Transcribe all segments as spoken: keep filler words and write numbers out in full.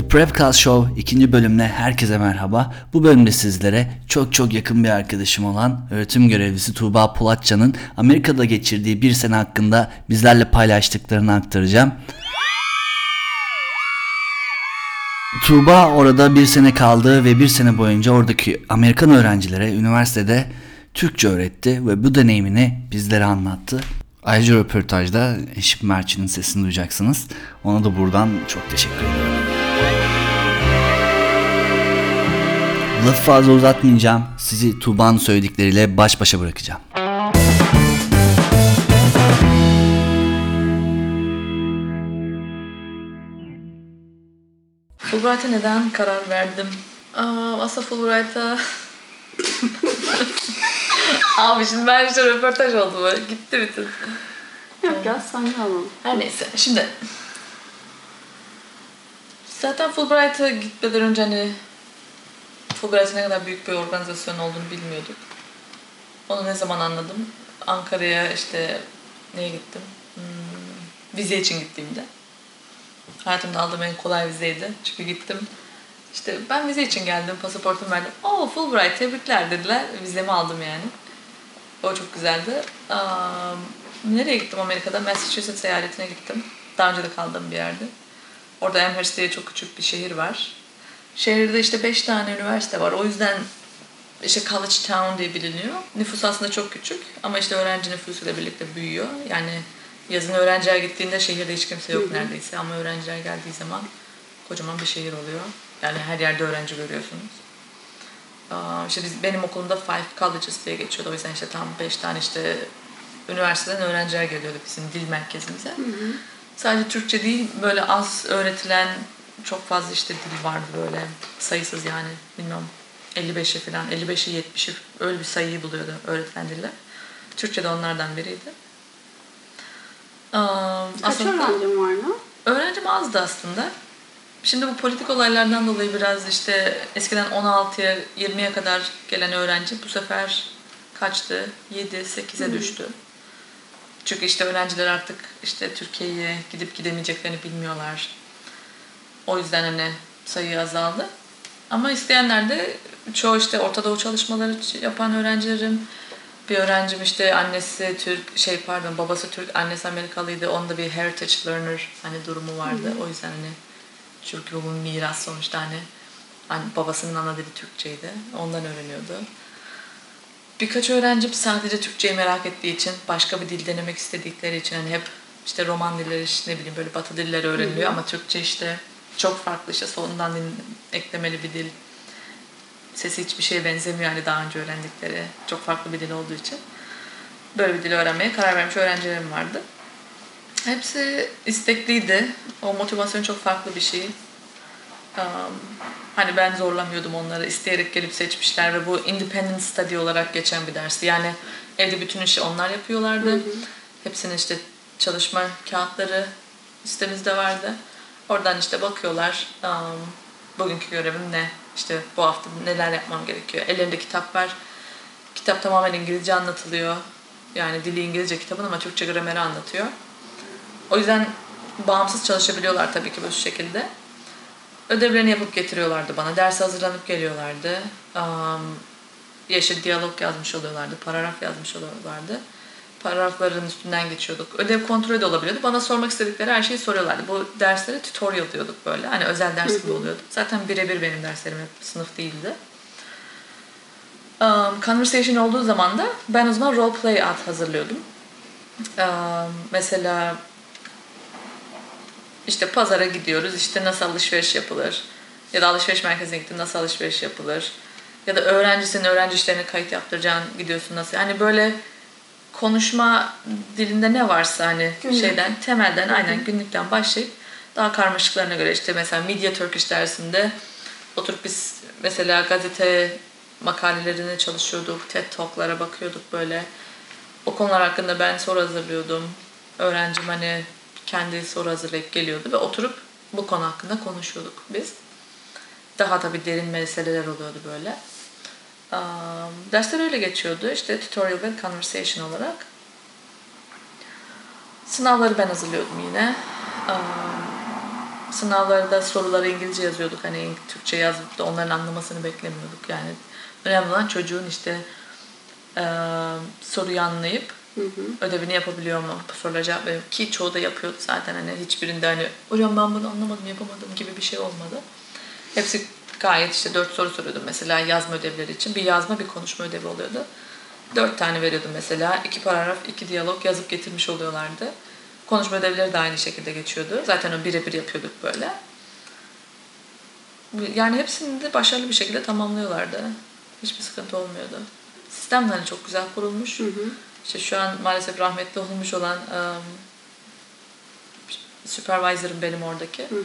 The Prepcast Show ikinci bölümle herkese merhaba. Bu bölümde sizlere çok çok yakın bir arkadaşım olan öğretim görevlisi Tuğba Polatcan'ın Amerika'da geçirdiği bir sene hakkında bizlerle paylaştıklarını aktaracağım. Tuğba orada bir sene kaldı ve bir sene boyunca oradaki Amerikan öğrencilere üniversitede Türkçe öğretti ve bu deneyimini bizlere anlattı. Ayrıca röportajda eşim Mert'in sesini duyacaksınız. Ona da buradan çok teşekkür ederim. Lafı fazla uzatmayacağım. Sizi Tuğba'nın söyledikleriyle baş başa bırakacağım. Fulbright'a neden karar verdim? Aa, aslında Fulbright'a... Abi şimdi ben işte röportaj oldu mu? Gitti bütün. Yok ya, sahne alalım. Her neyse. Şimdi... Zaten Fulbright'a gitmeden önce hani... Fulbright'ın ne kadar büyük bir organizasyon olduğunu bilmiyorduk. Onu ne zaman anladım? Ankara'ya işte... Neye gittim? Hmm, vize için gittiğimde. Hayatımda aldığım en kolay vizeydi. Çünkü gittim. İşte ben vize için geldim, pasaportumu verdim. Oo Fulbright, tebrikler dediler. Vizemi aldım yani. O çok güzeldi. Um, nereye gittim Amerika'da? Massachusetts eyaletine gittim. Daha önce de kaldığım bir yerde. Orada Amherst diye çok küçük bir şehir var. Şehirde işte beş tane üniversite var. O yüzden işte College Town diye biliniyor. Nüfus aslında çok küçük. Ama işte öğrenci nüfusuyla birlikte büyüyor. Yani yazın öğrenciler gittiğinde şehirde hiç kimse yok neredeyse. Ama öğrenciler geldiği zaman kocaman bir şehir oluyor. Yani her yerde öğrenci görüyorsunuz. İşte biz, benim okulumda Five Colleges diye geçiyordu. O yüzden işte tam beş tane işte üniversiteden öğrenciler geliyordu bizim dil merkezimize. Hı hı. Sadece Türkçe değil, böyle az öğretilen çok fazla işte dil vardı böyle. Sayısız yani, bilmiyorum elli beşi falan, elli beşi yetmişi öyle bir sayıyı buluyordu öğretilen diller. Türkçe de onlardan biriydi. Kaç aslında, öğrencim vardı? Öğrencim azdı aslında. Şimdi bu politik olaylardan dolayı biraz işte eskiden on altıya yirmiye kadar gelen öğrenci bu sefer kaçtı? yedi sekize düştü. Çünkü işte öğrenciler artık işte Türkiye'ye gidip gidemeyeceklerini bilmiyorlar. O yüzden hani sayı azaldı. Ama isteyenler de çoğu işte Orta Doğu çalışmaları yapan öğrencilerim. Bir öğrencim işte annesi Türk, şey pardon babası Türk, annesi Amerikalıydı. Onda bir heritage learner hani durumu vardı. Hı hı. O yüzden hani Türk yolunun miras sonuçta hani, hani babasının ana dili Türkçeydi. Ondan öğreniyordu. Birkaç öğrencim sadece Türkçeyi merak ettiği için, başka bir dil denemek istedikleri için hani hep işte roman dilleri, işte ne bileyim böyle batı dilleri öğreniliyor. Hı hı. Ama Türkçe işte çok farklı, işte sonundan eklemeli bir dil. Sesi hiçbir şeye benzemiyor hani daha önce öğrendikleri. Çok farklı bir dil olduğu için. Böyle bir dil öğrenmeye karar vermiş öğrencilerim vardı. Hepsi istekliydi. O motivasyon çok farklı bir şey. Um, hani ben zorlamıyordum onları. İsteyerek gelip seçmişler ve bu independent study olarak geçen bir dersti. Yani evde bütün işi onlar yapıyorlardı. Hı hı. Hepsinin işte çalışma kağıtları sitemizde vardı. Oradan işte bakıyorlar. Um, bugünkü görevim ne? İşte bu hafta neler yapmam gerekiyor? Ellerinde kitap var. Kitap tamamen İngilizce anlatılıyor. Yani dili İngilizce kitabın ama Türkçe grameri anlatıyor. O yüzden bağımsız çalışabiliyorlar tabii ki bu şekilde. Ödevlerini yapıp getiriyorlardı bana. Derse hazırlanıp geliyorlardı. Um, ya işte diyalog yazmış oluyorlardı. Paragraf yazmış oluyorlardı. Paragrafların üstünden geçiyorduk. Ödev kontrolü de olabiliyordu. Bana sormak istedikleri her şeyi soruyorlardı. Bu derslere tutorial diyorduk böyle. Hani özel ders gibi oluyordu. Zaten birebir benim derslerim hep sınıf değildi. Um, conversation olduğu zaman da ben o zaman role play ad hazırlıyordum. Um, mesela İşte pazara gidiyoruz, işte nasıl alışveriş yapılır? Ya da alışveriş merkezine gittin, nasıl alışveriş yapılır? Ya da öğrencisin, öğrenci işlerine kayıt yaptıracaksın, gidiyorsun nasıl? Yani böyle konuşma dilinde ne varsa hani Günlük. şeyden, temelden, aynen günlükten başlayıp daha karmaşıklarına göre işte mesela Media Turkish dersinde oturup biz mesela gazete makalelerine çalışıyorduk, TED Talk'lara bakıyorduk böyle. O konular hakkında ben soru hazırlıyordum. Öğrencim hani kendi soru hazırlayıp geliyordu ve oturup bu konu hakkında konuşuyorduk biz. Daha tabii derin meseleler oluyordu böyle. Um, dersler öyle geçiyordu işte tutorial ve conversation olarak. Sınavları ben hazırlıyordum yine. Um, Sınavlarda soruları İngilizce yazıyorduk. Hani Türkçe yazıp da onların anlamasını beklemiyorduk. Yani önemli olan çocuğun işte e, soruyu anlayıp hı hı. ödevini yapabiliyor mu? Sorulara cevap veriyor. Ki çoğu da yapıyordu zaten. Hani hiçbirinde hani hocam ben bunu anlamadım, yapamadım gibi bir şey olmadı. Hepsi gayet işte dört soru soruyordum mesela yazma ödevleri için. Bir yazma, bir konuşma ödevi oluyordu. Dört tane veriyordum mesela. İki paragraf, iki diyalog yazıp getirmiş oluyorlardı. Konuşma ödevleri de aynı şekilde geçiyordu. Zaten o birebir yapıyorduk böyle. Yani hepsini de başarılı bir şekilde tamamlıyorlardı. Hiçbir sıkıntı olmuyordu. Sistem de hani çok güzel kurulmuş. Hı hı. İşte şu an maalesef rahmetli olmuş olan um, supervisor'ım benim oradaki. Hı hı.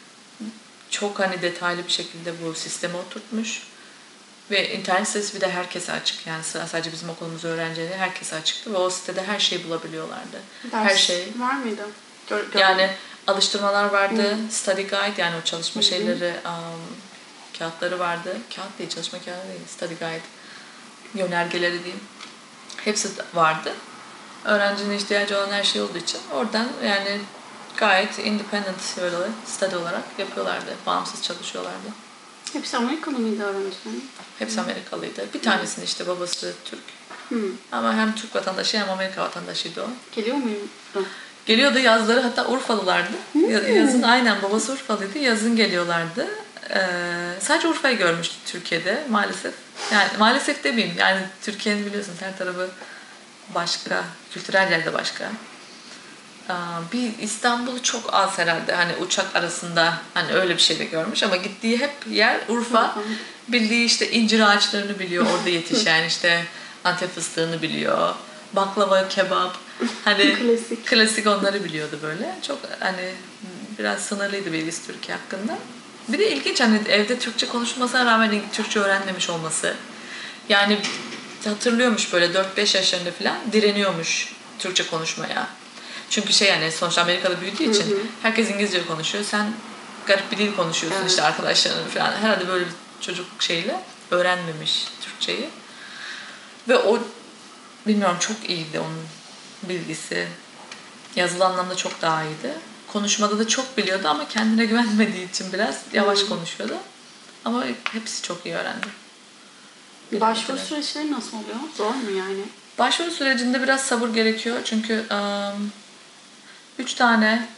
Çok hani detaylı bir şekilde bu sisteme oturtmuş. Ve internet sitesi bir de herkese açık. Yani sadece bizim okulumuz öğrencileri herkese açıktı. Ve o sitede her şeyi bulabiliyorlardı. Ders her şey. var mıydı? Gör, gör. Yani alıştırmalar vardı. Hmm. Study guide yani o çalışma hmm. şeyleri, um, kağıtları vardı. Kağıt değil, çalışma kağıdı değil. Study guide. Yönergeleri diyeyim. Hepsi vardı. Öğrencinin ihtiyacı olan her şey olduğu için oradan yani gayet independent böyle study olarak yapıyorlardı. Bağımsız çalışıyorlardı. Hepsi Amerikalı mıydı öğrencilerin? Hepsi hmm. Amerikalıydı. Bir tanesinin işte babası Türk. Hmm. Ama hem Türk vatandaşı hem Amerika vatandaşıydı o. Geliyor muydu? Geliyordu yazları hatta Urfalılardı. Hmm. Yazın aynen babası Urfalıydı. Yazın geliyorlardı. Ee, sadece Urfa'yı görmüştü Türkiye'de maalesef. Yani maalesef demeyeyim. Yani Türkiye'nin biliyorsunuz her tarafı başka. Kültürel yerde başka. Ee, bir İstanbul'u çok az herhalde. Hani uçak arasında hani öyle bir şey de görmüş ama gittiği hep yer Urfa. Bildiği işte incir ağaçlarını biliyor. Orada yetişen işte Antep fıstığını biliyor. Baklava, kebap. Hani klasik. klasik onları biliyordu böyle. Çok hani biraz sınırlıydı bilgisi Türkiye hakkında. Bir de ilginç hani evde Türkçe konuşmasına rağmen Türkçe öğrenmemiş olması. Yani hatırlıyormuş böyle dört beş yaşlarında falan direniyormuş Türkçe konuşmaya. Çünkü şey yani sonuçta Amerika'da büyüdüğü için hı hı. herkes İngilizce konuşuyor. Sen garip bir dil konuşuyorsun evet. işte arkadaşlarının falan. Herhalde böyle bir çocuk şeyle öğrenmemiş Türkçeyi. Ve o bilmiyorum çok iyiydi onun bilgisi. Yazılı anlamda çok daha iyiydi. Konuşmada da çok biliyordu ama kendine güvenmediği için biraz yavaş hmm. konuşuyordu. Ama hepsi çok iyi öğrendi. Başvuru süreçleri nasıl oluyor? Zor mu yani? Başvuru sürecinde biraz sabır gerekiyor. Çünkü um, üç tane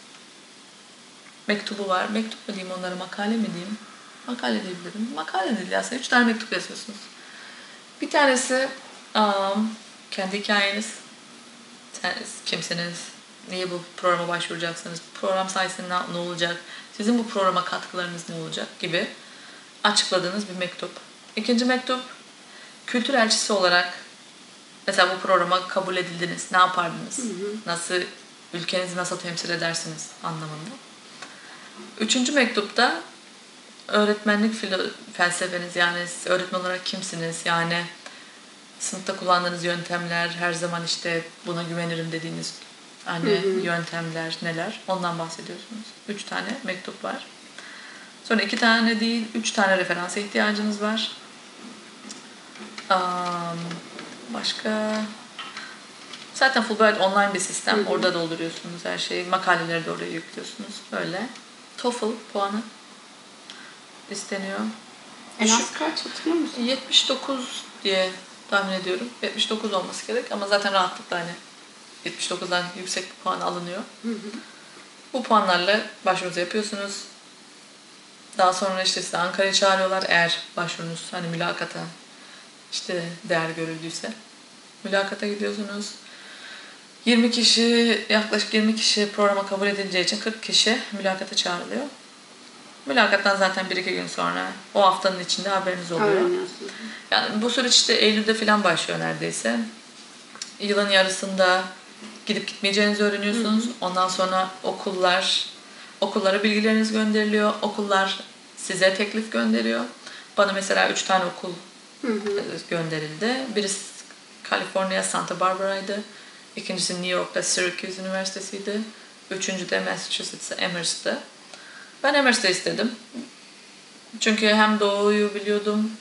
mektubu var. Mektup mu diyeyim onlara, makale mi diyeyim? Makale diyebilirim. Makale değil aslında. Üç tane mektup yazıyorsunuz. Bir tanesi um, kendi hikayeniz. Sen kimsiniz? Niye bu programa başvuracaksınız? Program sayesinde ne olacak? Sizin bu programa katkılarınız ne olacak? Gibi açıkladığınız bir mektup. İkinci mektup, kültür elçisi olarak mesela bu programa kabul edildiniz. Ne yapardınız? Hı hı. Nasıl, ülkenizi nasıl temsil edersiniz anlamında. Üçüncü mektupta öğretmenlik felsefeniz yani öğretmen olarak kimsiniz? Yani sınıfta kullandığınız yöntemler, her zaman işte buna güvenirim dediğiniz hani hı hı. yöntemler neler? Ondan bahsediyorsunuz. Üç tane mektup var. Sonra iki tane değil, üç tane referansa ihtiyacınız var. Um, başka... Zaten Fulbright online bir sistem. Hı hı. Orada dolduruyorsunuz her şeyi. Makaleleri de oraya yüklüyorsunuz. Böyle. TOEFL puanı isteniyor. En az kaç hatırlıyor musun? yetmiş dokuz diye tahmin ediyorum. yetmiş dokuz olması gerek ama zaten rahatlıkla hani yetmiş dokuzdan yüksek bir puan alınıyor. Hı hı. Bu puanlarla başvurunuzu yapıyorsunuz. Daha sonra işte size Ankara'ya çağırıyorlar eğer başvurunuz hani mülakata işte değer görüldüyse. Mülakata gidiyorsunuz. yirmi kişi, yaklaşık yirmi kişi programa kabul edileceği için kırk kişi mülakata çağrılıyor. Mülakattan zaten bir iki gün sonra o haftanın içinde haberiniz oluyor. Yani bu süreç işte Eylül'de falan başlıyor neredeyse. Yılın yarısında gidip gitmeyeceğinizi öğreniyorsunuz. Hı hı. Ondan sonra okullar, okullara bilgileriniz gönderiliyor. Okullar size teklif gönderiyor. Bana mesela üç tane okul hı hı. gönderildi. Birisi Kaliforniya, Santa Barbara'ydı. İkincisi New York'ta Syracuse Üniversitesi'ydi. Üçüncü de Massachusetts'ta Amherst'tı. Ben Amherst'ı istedim. Çünkü hem doğuyu biliyordum.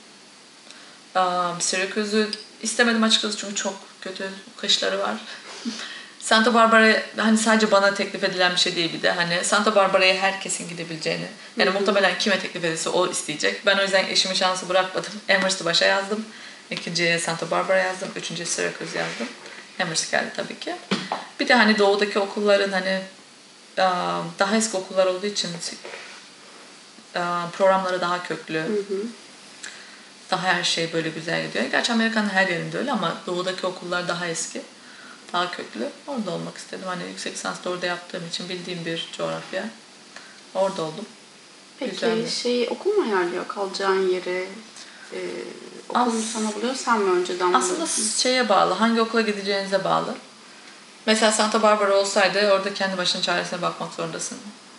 Um, Syracuse'u istemedim açıkçası çünkü çok kötü kışları var. Santa Barbara hani sadece bana teklif edilen bir şey değil bir de. Hani Santa Barbara'ya herkesin gidebileceğini. Yani muhtemelen kime teklif edilse o isteyecek. Ben o yüzden eşimi şansı bırakmadım. Amherst'ı başa yazdım. İkinciye Santa Barbara yazdım. Üçüncüye Syracuse yazdım. Amherst geldi tabii ki. Bir de hani doğudaki okulların hani daha eski okullar olduğu için programları daha köklü. Hı hı. Daha her şey böyle güzel gidiyor. Gerçi Amerika'nın her yerinde öyle ama doğudaki okullar daha eski. Daha köklü. Orada olmak istedim. Hani yüksek lisans da orada yaptığım için bildiğim bir coğrafya. Orada oldum. Peki Güzeldi. şey okul mu ayarlıyor kalacağın yeri? E, okul mu sana buluyor? Sen mi önceden buluyorsun? Aslında şeye bağlı. Hangi okula gideceğinize bağlı. Mesela Santa Barbara olsaydı orada kendi başının çaresine bakmak zorundasın.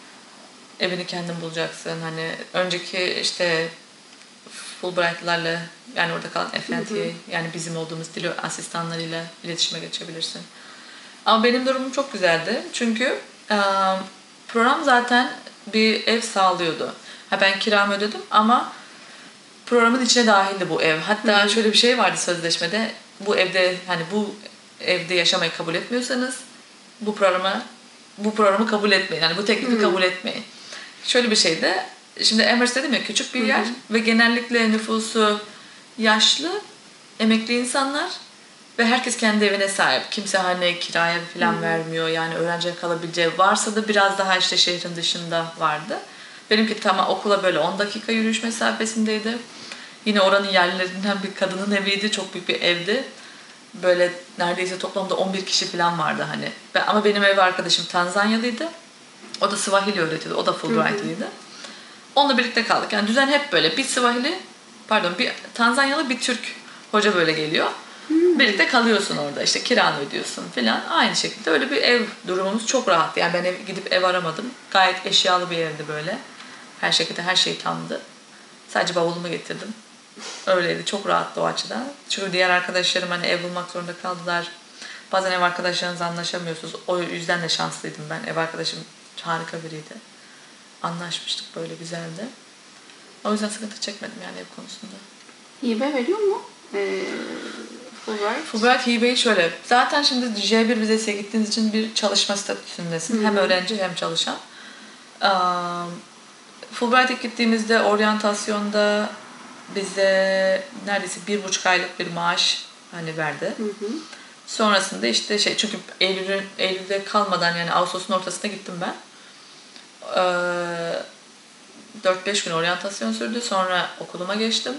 Evini kendin bulacaksın. Hani önceki işte Fulbright'larla yani orada kalan F N T A yani bizim olduğumuz dil asistanlarıyla iletişime geçebilirsin. Ama benim durumum çok güzeldi. Çünkü e, program zaten bir ev sağlıyordu. Ha ben kiramı ödedim ama programın içine dahildi bu ev. Hatta şöyle bir şey vardı sözleşmede. Bu evde hani bu evde yaşamayı kabul etmiyorsanız bu programı bu programı kabul etmeyin. Yani bu teklifi hmm. kabul etmeyin. Şöyle bir şeydi. Şimdi Amherst dedim ya küçük bir yer hı hı. ve genellikle nüfusu yaşlı, emekli insanlar ve herkes kendi evine sahip. Kimse hani kiraya falan hı. vermiyor. Yani öğrencilerin kalabileceği varsa da biraz daha işte şehrin dışında vardı. Benimki tamam okula böyle on dakika yürüyüş mesafesindeydi. Yine oranın yerlilerinden bir kadının eviydi. Çok büyük bir evdi. Böyle neredeyse toplamda on bir kişi falan vardı hani. Ama benim ev arkadaşım Tanzanyalıydı. O da Swahili öğretiyordu. O da Fulbright'lıydı. Onunla birlikte kaldık. Yani düzen hep böyle. Bir Swahili, pardon bir Tanzanyalı bir Türk hoca böyle geliyor. Hmm. Birlikte kalıyorsun orada. İşte kiranı ödüyorsun falan. Aynı şekilde öyle bir ev durumumuz çok rahattı. Yani ben ev, gidip ev aramadım. Gayet eşyalı bir evdi böyle. Her şekilde her şey tamdı. Sadece bavulumu getirdim. Öyleydi. Çok rahattı o açıdan. Çünkü diğer arkadaşlarım hani ev bulmak zorunda kaldılar. Bazen ev arkadaşlarınızla anlaşamıyorsunuz. O yüzden de şanslıydım ben. Ev arkadaşım harika biriydi. Anlaşmıştık böyle güzeldi. O yüzden sıkıntı çekmedim yani ev konusunda. Hibe veriyor mu? Ee, Fulbright? Fulbright hibeyi şöyle. Zaten şimdi J bir vizesiye gittiğiniz için bir çalışma statüsündesin. Hmm. Hem öğrenci hem çalışan. Um, Fulbright'a gittiğimizde oryantasyonda bize neredeyse bir buçuk aylık bir maaş hani verdi. Hı hı. Sonrasında işte şey çünkü Eylül'ün Eylül'de kalmadan yani Ağustos'un ortasında gittim ben. Ee, dört beş gün oryantasyon sürdü. Sonra okuluma geçtim.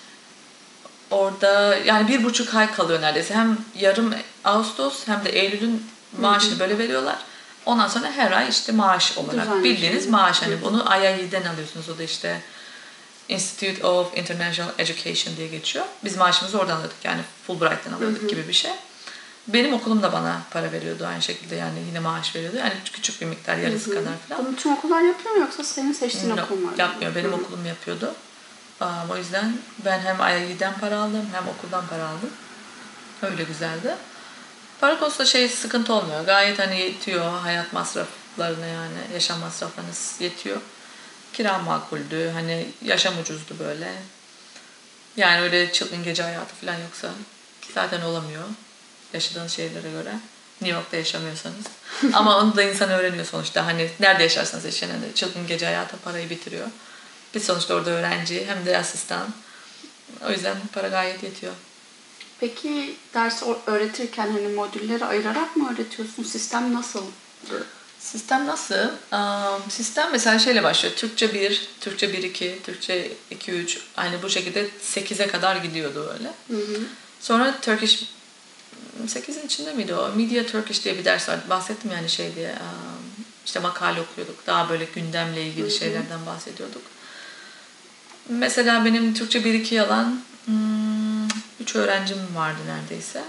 Orada yani bir buçuk ay kalıyor neredeyse. Hem yarım Ağustos hem de Eylül'ün maaşını hı hı. böyle veriyorlar. Ondan sonra her ay işte maaş olarak düzenli bildiğiniz şey. Maaş. Hani bunu I I E'den alıyorsunuz. O da işte Institute of International Education diye geçiyor. Biz maaşımızı oradan alıyorduk. Yani Fulbright'tan alıyorduk hı hı. gibi bir şey. Benim okulum da bana para veriyordu aynı şekilde yani yine maaş veriyordu. Yani küçük bir miktar yarısı hı hı. kadar falan. Bunu tüm okullar yapıyor mu yoksa senin seçtiğin no, okul mu? Yapmıyor. Benim hı hı. okulum yapıyordu. Um, o yüzden ben hem I I E'den para aldım hem okuldan para aldım. Öyle güzeldi. Para konusunda şey sıkıntı olmuyor. Gayet hani yetiyor hayat masraflarına yani yaşam masraflarınız yetiyor. Kira makuldü. Hani yaşam ucuzdu böyle. Yani öyle çılgın gece hayatı falan yoksa zaten olamıyor. Yaşadığınız şeylere göre. New York'ta yaşamıyorsanız. Ama onu da insan öğreniyor sonuçta. Hani nerede yaşarsanız yaşayın. Hani çılgın gece hayatı parayı bitiriyor. Biz sonuçta orada öğrenci hem de asistan. O yüzden para gayet yetiyor. Peki ders öğretirken hani modülleri ayırarak mı öğretiyorsun? Sistem nasıl? Sistem nasıl? Um, sistem mesela şeyle başlıyor. Türkçe bir, Türkçe bir iki, Türkçe iki üç. Hani bu şekilde sekize kadar gidiyordu öyle. Hı hı. Sonra Turkish sekizin içinde miydi o? Media Turkish diye bir ders vardı. Bahsettim yani şey diye. Um, işte makale okuyorduk. Daha böyle gündemle ilgili hı hı. şeylerden bahsediyorduk. Mesela benim Türkçe bir iki alan üç hmm, öğrencim vardı neredeyse.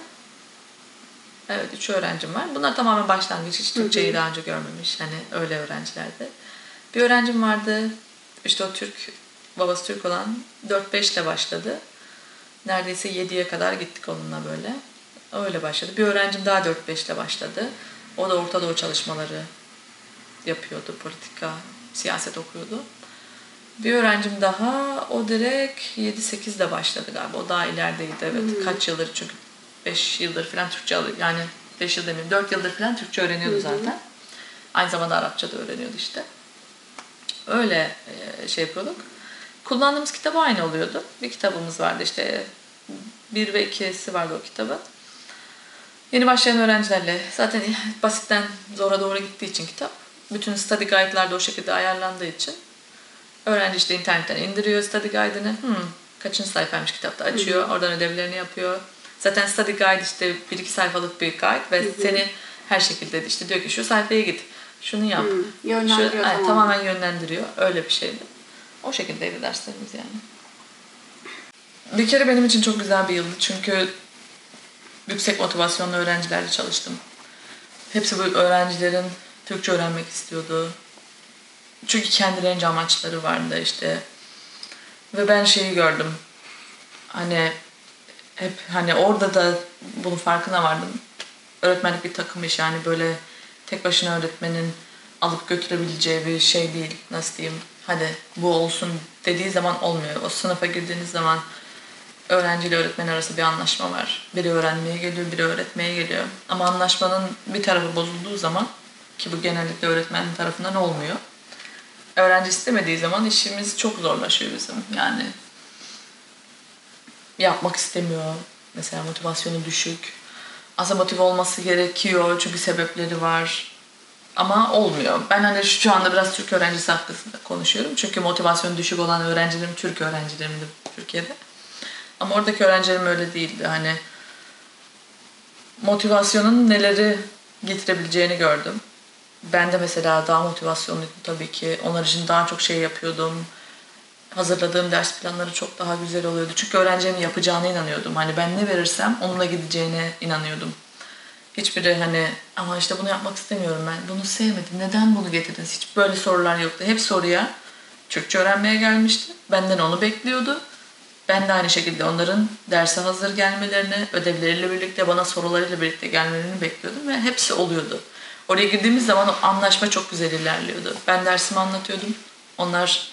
Evet, üç öğrencim var. Bunlar tamamen başlangıç. Hiç Türkçeyi hı hı. daha önce görmemiş. Hani öyle öğrencilerdi. Bir öğrencim vardı. İşte o Türk, babası Türk olan dört beş ile başladı. Neredeyse yediye kadar gittik onunla böyle. Öyle başladı. Bir öğrencim daha dört beş ile başladı. O da Orta Doğu çalışmaları yapıyordu. Politika, siyaset okuyordu. Bir öğrencim daha, o direkt yedi sekizde başladı galiba. O daha ilerideydi. Evet. Hmm. Kaç yıldır çünkü beş yıldır falan Türkçe alıyor. Yani beş yıl demeyeyim, dört yıldır falan Türkçe öğreniyordu Hı hı. zaten. Aynı zamanda Arapça da öğreniyordu işte. Öyle e, şey yapıyorduk. Kullandığımız kitap aynı oluyordu. Bir kitabımız vardı işte. Bir ve ikisi vardı o kitabın. Yeni başlayan öğrencilerle zaten basitten zora doğru gittiği için kitap. Bütün study guide'lar da o şekilde ayarlandığı için öğrenci işte internetten indiriyor study guide'ını. Hmm, kaçıncı sayfaymış kitapta açıyor. Hı hı. Oradan ödevlerini yapıyor. Zaten study guide işte bir iki sayfalık bir guide ve hı hı. seni her şekilde işte diyor ki şu sayfaya git. Şunu yap. Hı, yönlendiriyor. Şu, yani, tamamen yönlendiriyor. Öyle bir şeydi. O şekildeydi derslerimiz yani. Bir kere benim için çok güzel bir yıldı. Çünkü yüksek motivasyonlu öğrencilerle çalıştım. Hepsi bu öğrencilerin Türkçe öğrenmek istiyordu. Çünkü kendilerince amaçları vardı işte. Ve ben şeyi gördüm. Hani hep hani orada da bunun farkına vardım. Öğretmenlik bir takım iş yani böyle tek başına öğretmenin alıp götürebileceği bir şey değil. Nasıl diyeyim? Hadi bu olsun dediği zaman olmuyor. O sınıfa girdiğiniz zaman öğrenciyle öğretmen arası bir anlaşma var. Biri öğrenmeye geliyor, biri öğretmeye geliyor. Ama anlaşmanın bir tarafı bozulduğu zaman, ki bu genellikle öğretmenin tarafından olmuyor. Öğrenci istemediği zaman işimiz çok zorlaşıyor bizim. Yani yapmak istemiyor. Mesela motivasyonu düşük. Aslında motive olması gerekiyor çünkü sebepleri var. Ama olmuyor. Ben hani şu anda biraz Türk öğrencisi hakkında konuşuyorum. Çünkü motivasyonu düşük olan öğrencilerim Türk öğrencilerimdi Türkiye'de. Ama oradaki öğrencilerim öyle değildi. Hani motivasyonun neleri getirebileceğini gördüm. Ben de mesela daha motivasyonluydum tabii ki. Onlar için daha çok şey yapıyordum. Hazırladığım ders planları çok daha güzel oluyordu. Çünkü öğrencilerin yapacağına inanıyordum. Hani ben ne verirsem onunla gideceğine inanıyordum. Hiçbiri hani ama işte bunu yapmak istemiyorum ben. Bunu sevmedim. Neden bunu getirdiniz? Hiç böyle sorular yoktu. Hep soruya Türkçe öğrenmeye gelmişti. Benden onu bekliyordu. Ben de aynı şekilde onların derse hazır gelmelerini, ödevleriyle birlikte, bana sorularıyla birlikte gelmelerini bekliyordum ve hepsi oluyordu. Oraya girdiğimiz zaman o anlaşma çok güzel ilerliyordu. Ben dersimi anlatıyordum. Onlar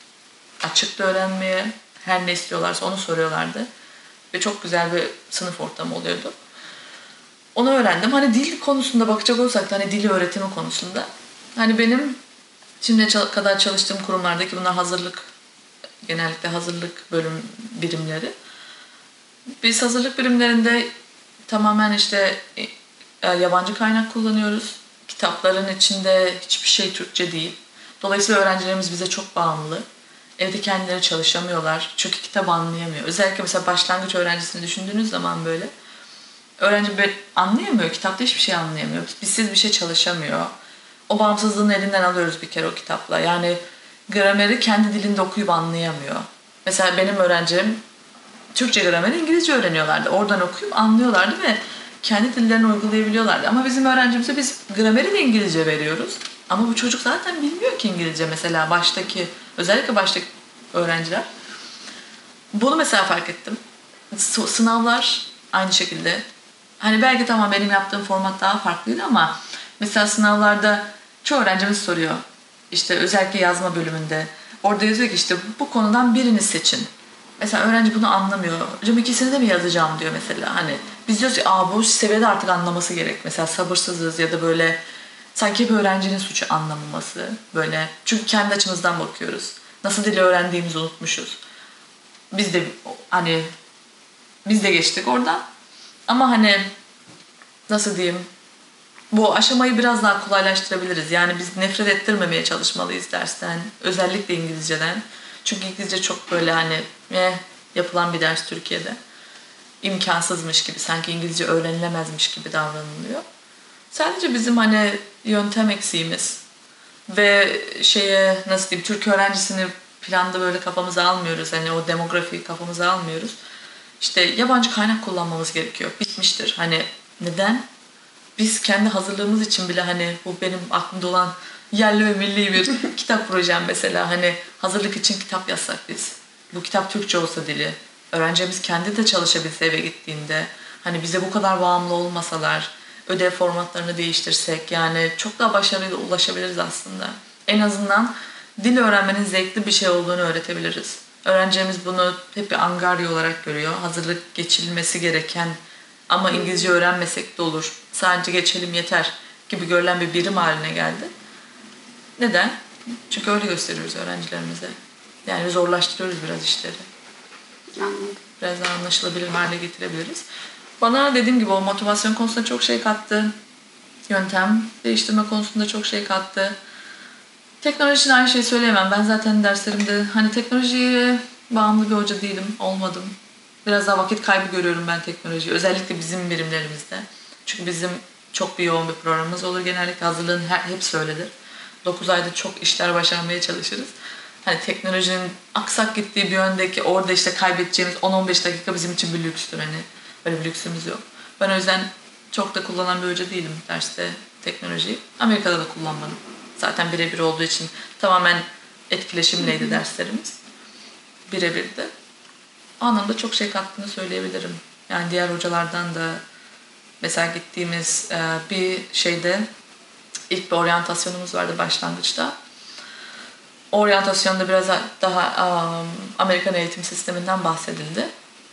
açıkta öğrenmeye, her ne istiyorlarsa onu soruyorlardı. Ve çok güzel bir sınıf ortamı oluyordu. Onu öğrendim. Hani dil konusunda bakacak olursak da hani dil öğretimi konusunda. Hani benim şimdiye kadar çalıştığım kurumlardaki bunlar hazırlık, genellikle hazırlık bölüm birimleri. Biz hazırlık birimlerinde tamamen işte e, yabancı kaynak kullanıyoruz. Kitapların içinde hiçbir şey Türkçe değil. Dolayısıyla öğrencilerimiz bize çok bağımlı. Evde kendileri çalışamıyorlar. Çünkü kitap anlayamıyor. Özellikle mesela başlangıç öğrencisini düşündüğünüz zaman böyle. Öğrenci böyle anlayamıyor. Kitapta hiçbir şey anlayamıyor. Bizsiz bir şey çalışamıyor. O bağımsızlığını elinden alıyoruz bir kere o kitapla. Yani grameri kendi dilinde okuyup anlayamıyor. Mesela benim öğrencilerim Türkçe grameri İngilizce öğreniyorlardı. Oradan okuyup anlıyorlardı ve kendi dillerini uygulayabiliyorlardı. Ama bizim öğrencimize biz grameri de İngilizce veriyoruz. Ama bu çocuk zaten bilmiyor ki İngilizce mesela baştaki, özellikle baştaki öğrenciler. Bunu mesela fark ettim. Sınavlar aynı şekilde. Hani belki tamam benim yaptığım format daha farklıydı ama mesela sınavlarda çoğu öğrencimiz soruyor. İşte özellikle yazma bölümünde. Orada yazıyor ki işte bu konudan birini seçin. Mesela öğrenci bunu anlamıyor. Hocam ikisini de mi yazacağım diyor mesela. Hani biz diyoruz ki aa bu seviyede artık anlaması gerek. Mesela sabırsızız ya da böyle sanki bir öğrencinin suçu anlamaması. Böyle çünkü kendi açımızdan bakıyoruz. Nasıl dili öğrendiğimizi unutmuşuz. Biz de hani biz de geçtik oradan. Ama hani nasıl diyeyim bu aşamayı biraz daha kolaylaştırabiliriz. Yani biz nefret ettirmemeye çalışmalıyız dersten. Özellikle İngilizceden. Çünkü İngilizce çok böyle hani eh, yapılan bir ders Türkiye'de. İmkansızmış gibi, sanki İngilizce öğrenilemezmiş gibi davranılıyor. Sadece bizim hani yöntem eksiğimiz ve şeye nasıl diyeyim Türk öğrencisini planda böyle kafamıza almıyoruz. Hani o demografiyi kafamıza almıyoruz. İşte yabancı kaynak kullanmamız gerekiyor. Bitmiştir. Hani neden? Biz kendi hazırlığımız için bile hani bu benim aklımda olan yerli ve milli bir kitap projem mesela. Hani hazırlık için kitap yazsak biz. Bu kitap Türkçe olsa dili. Öğrencimiz kendi de çalışabilse eve gittiğinde. Hani bize bu kadar bağımlı olmasalar, ödev formatlarını değiştirsek yani çok daha başarıyla ulaşabiliriz aslında. En azından dil öğrenmenin zevkli bir şey olduğunu öğretebiliriz. Öğrencimiz bunu hep bir angarya olarak görüyor. Hazırlık geçilmesi gereken Ama İngilizce öğrenmesek de olur. Sadece geçelim yeter gibi görülen bir birim haline geldi. Neden? Çünkü öyle gösteriyoruz öğrencilerimize. Yani zorlaştırıyoruz biraz işleri. Anladım. Biraz daha anlaşılabilir hale getirebiliriz. Bana dediğim gibi o motivasyon konusunda çok şey kattı. Yöntem değiştirme konusunda çok şey kattı. Teknoloji için aynı şeyi söyleyemem. Ben zaten derslerimde hani teknolojiye bağımlı bir hoca değilim, olmadım. Biraz daha vakit kaybı görüyorum ben teknolojiyi. Özellikle bizim birimlerimizde. Çünkü bizim çok bir yoğun bir programımız olur. Genellikle hazırlığın her, hepsi öyledir. dokuz ayda çok işler başarmaya çalışırız. Hani teknolojinin aksak gittiği bir yöndeki orada işte kaybedeceğimiz on on beş dakika bizim için bir lükstür. Hani böyle bir lüksümüz yok. Ben o yüzden çok da kullanan bir hoca değilim derste teknolojiyi. Amerika'da da kullanmadım. Zaten birebir olduğu için tamamen etkileşimleydi derslerimiz. Birebirdi. O anlamda çok şey kattığını söyleyebilirim. Yani diğer hocalardan da mesela gittiğimiz bir şeyde ilk bir oryantasyonumuz vardı başlangıçta. O oryantasyonda biraz daha um, Amerikan eğitim sisteminden bahsedildi.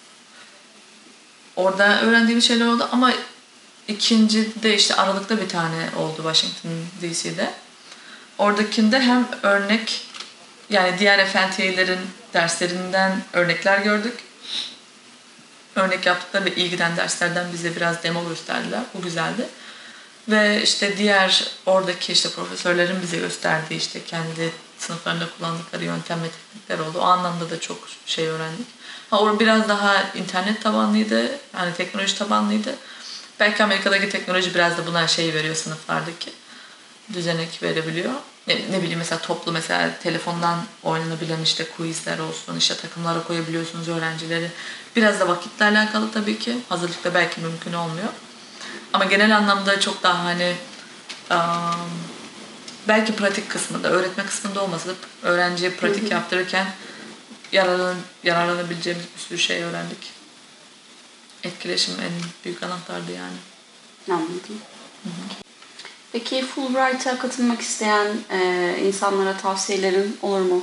Orada öğrendiğim şeyler oldu ama ikinci de işte Aralık'ta bir tane oldu Washington D C'de. Oradakinde hem örnek yani diğer F N T A'lerin derslerinden örnekler gördük. Örnek yaptıkları ve iyi giden derslerden bize biraz demo gösterdiler. Bu güzeldi. Ve işte diğer oradaki işte profesörlerin bize gösterdiği işte kendi sınıflarında kullandıkları yöntem ve teknikler oldu. O anlamda da çok şey öğrendik. Ha, orada biraz daha internet tabanlıydı. Yani teknoloji tabanlıydı. Belki Amerika'daki teknoloji biraz da buna şey veriyor sınıflardaki. Düzenek verebiliyor. Ne, ne bileyim mesela toplu mesela telefondan oynanabilen işte quizler olsun, işte takımlara koyabiliyorsunuz öğrencileri. Biraz da vakitle alakalı tabii ki. Hazırlıkta belki mümkün olmuyor. Ama genel anlamda çok daha hani um, belki pratik kısmında, öğretme kısmında olmasa da öğrenciye pratik hı hı. yaptırırken yararlan, yararlanabileceğimiz bir sürü şey öğrendik. Etkileşim en büyük anahtardı yani. Anladım. Hı hı. Peki Fulbright'a katılmak isteyen e, insanlara tavsiyelerin olur mu?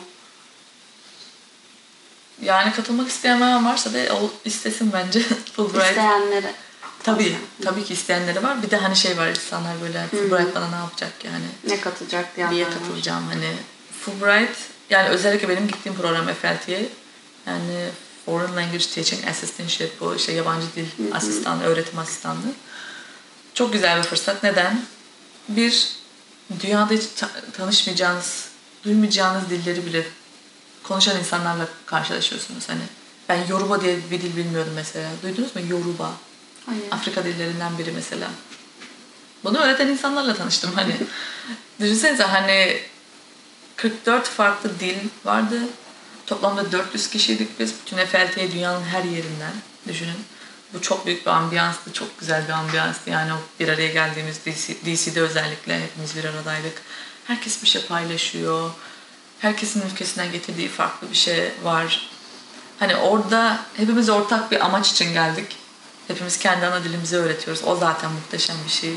Yani katılmak isteyen varsa da o istesin bence Fulbright. İsteyenlere. Tabii, tabii ki isteyenleri var. Bir de hani şey var insanlar böyle Fulbright bana ne yapacak yani? Ne katacak diyenler Niye katılacağım hani? Fulbright yani özellikle benim gittiğim program F L T A yani Foreign Language Teaching Assistantship bu işte yabancı dil hı hı. asistanlığı, öğretim asistanlığı. Çok güzel bir fırsat. Neden? Bir, dünyada hiç ta- tanışmayacağınız, duymayacağınız dilleri bile konuşan insanlarla karşılaşıyorsunuz. Hani ben Yoruba diye bir dil bilmiyordum mesela. Duydunuz mu? Yoruba. Hayır. Afrika dillerinden biri mesela. Bunu öğreten insanlarla tanıştım hani. Düşünsenize hani kırk dört farklı dil vardı. Toplamda dört yüz kişiydik biz. Bütün F L T A dünyanın her yerinden. Düşünün. Bu çok büyük bir ambiyanstı. Çok güzel bir ambiyanstı. Yani o bir araya geldiğimiz D C'de özellikle hepimiz bir aradaydık. Herkes bir şey paylaşıyor. Herkesin ülkesinden getirdiği farklı bir şey var. Hani orada hepimiz ortak bir amaç için geldik. Hepimiz kendi ana dilimizi öğretiyoruz. O zaten muhteşem bir şey.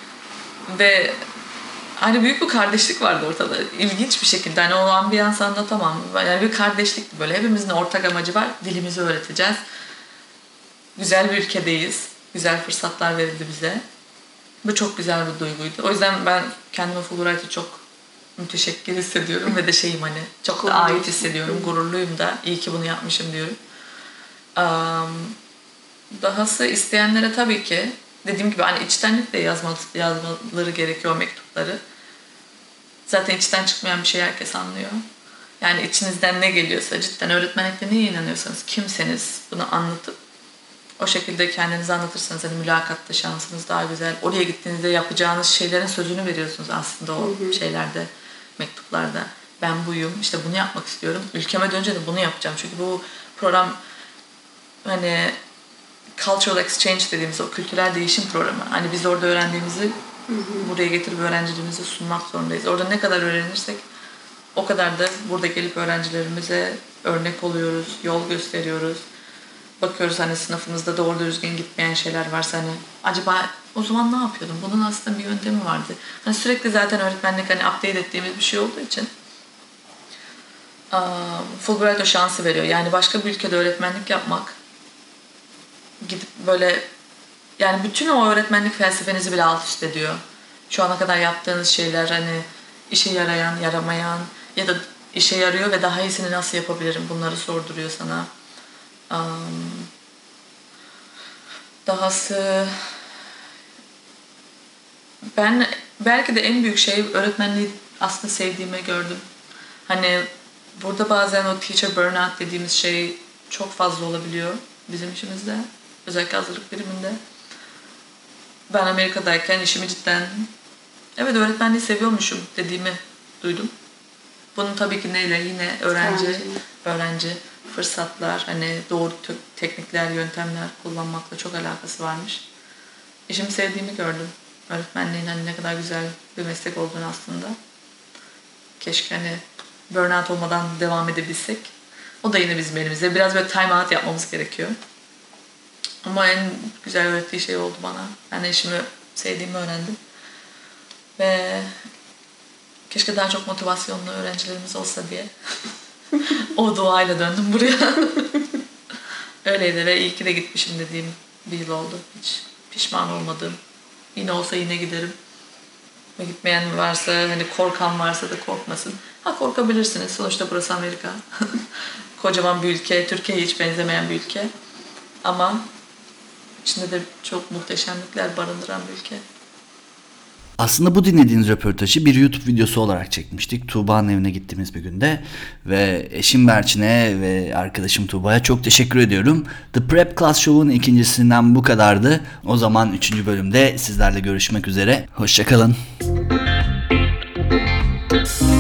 Ve hani büyük bir kardeşlik vardı ortada. İlginç bir şekilde. Hani o ambiyansı anlatamam. Yani bir kardeşlikti böyle. Hepimizin ortak amacı var. Dilimizi öğreteceğiz. Güzel bir ülkedeyiz. Güzel fırsatlar verildi bize. Bu çok güzel bir duyguydu. O yüzden ben kendime Fulbright'a çok müteşekkir hissediyorum ve de şeyim hani çok da ait hissediyorum. Gururluyum da. İyi ki bunu yapmışım diyorum. Um, Dahası isteyenlere tabii ki dediğim gibi hani içtenlikle yazmalı, yazmaları gerekiyor o mektupları. Zaten içten çıkmayan bir şey herkes anlıyor. Yani içinizden ne geliyorsa cidden öğretmenlikte neye inanıyorsanız kimseniz bunu anlatıp o şekilde kendinizi anlatırsanız hani mülakatta şansınız daha güzel. Oraya gittiğinizde yapacağınız şeylerin sözünü veriyorsunuz aslında o hı hı. şeylerde, mektuplarda. Ben buyum, işte bunu yapmak istiyorum. Ülkeme dönünce de bunu yapacağım. Çünkü bu program hani cultural exchange dediğimiz o kültürel değişim programı. Hani biz orada öğrendiğimizi hı hı. buraya getirip öğrencilerimize sunmak zorundayız. Orada ne kadar öğrenirsek o kadar da burada gelip öğrencilerimize örnek oluyoruz, yol gösteriyoruz. Bakıyoruz hani sınıfımızda doğru düzgün gitmeyen şeyler varsa hani acaba o zaman ne yapıyordum? Bunun aslında bir yöntemi vardı. Hani sürekli zaten öğretmenlik hani update ettiğimiz bir şey olduğu için Fulbright o şansı veriyor. Yani başka bir ülkede öğretmenlik yapmak gidip böyle yani bütün o öğretmenlik felsefenizi bile alt üst ediyor. Şu ana kadar yaptığınız şeyler hani işe yarayan, yaramayan ya da işe yarıyor ve daha iyisini nasıl yapabilirim bunları sorduruyor sana. Um, dahası ben belki de en büyük şey öğretmenliği aslında sevdiğimi gördüm. Hani burada bazen o teacher burnout dediğimiz şey çok fazla olabiliyor bizim işimizde. Özellikle hazırlık biriminde. Ben Amerika'dayken işimi cidden evet öğretmenliği seviyormuşum dediğimi duydum. Bunun tabii ki neyle? Yine öğrenci, öğrenci, öğrenci fırsatlar, hani doğru te- teknikler, yöntemler kullanmakla çok alakası varmış. İşimi sevdiğimi gördüm. Öğretmenliğin hani ne kadar güzel bir meslek olduğunu aslında. Keşke hani burnout olmadan devam edebilsek. O da yine bizim elimizde. Biraz böyle time out yapmamız gerekiyor. Ama en güzel öğrettiği şey oldu bana. Ben de işimi sevdiğimi öğrendim. Ve keşke daha çok motivasyonlu öğrencilerimiz olsa diye o duayla döndüm buraya. Öyleydi ve iyi ki de gitmişim dediğim bir yıl oldu. Hiç pişman olmadım. Yine olsa yine giderim. Ve gitmeyen varsa, hani korkan varsa da korkmasın. Ha korkabilirsiniz. Sonuçta burası Amerika. Kocaman bir ülke. Türkiye'ye hiç benzemeyen bir ülke. Ama içinde de çok muhteşemlikler barındıran bir ülke. Aslında bu dinlediğiniz röportajı bir YouTube videosu olarak çekmiştik. Tuğba'nın evine gittiğimiz bir günde. Ve eşim Berçin'e ve arkadaşım Tuğba'ya çok teşekkür ediyorum. The Prep Class Show'un ikincisinden bu kadardı. O zaman üçüncü bölümde sizlerle görüşmek üzere. Hoşça kalın.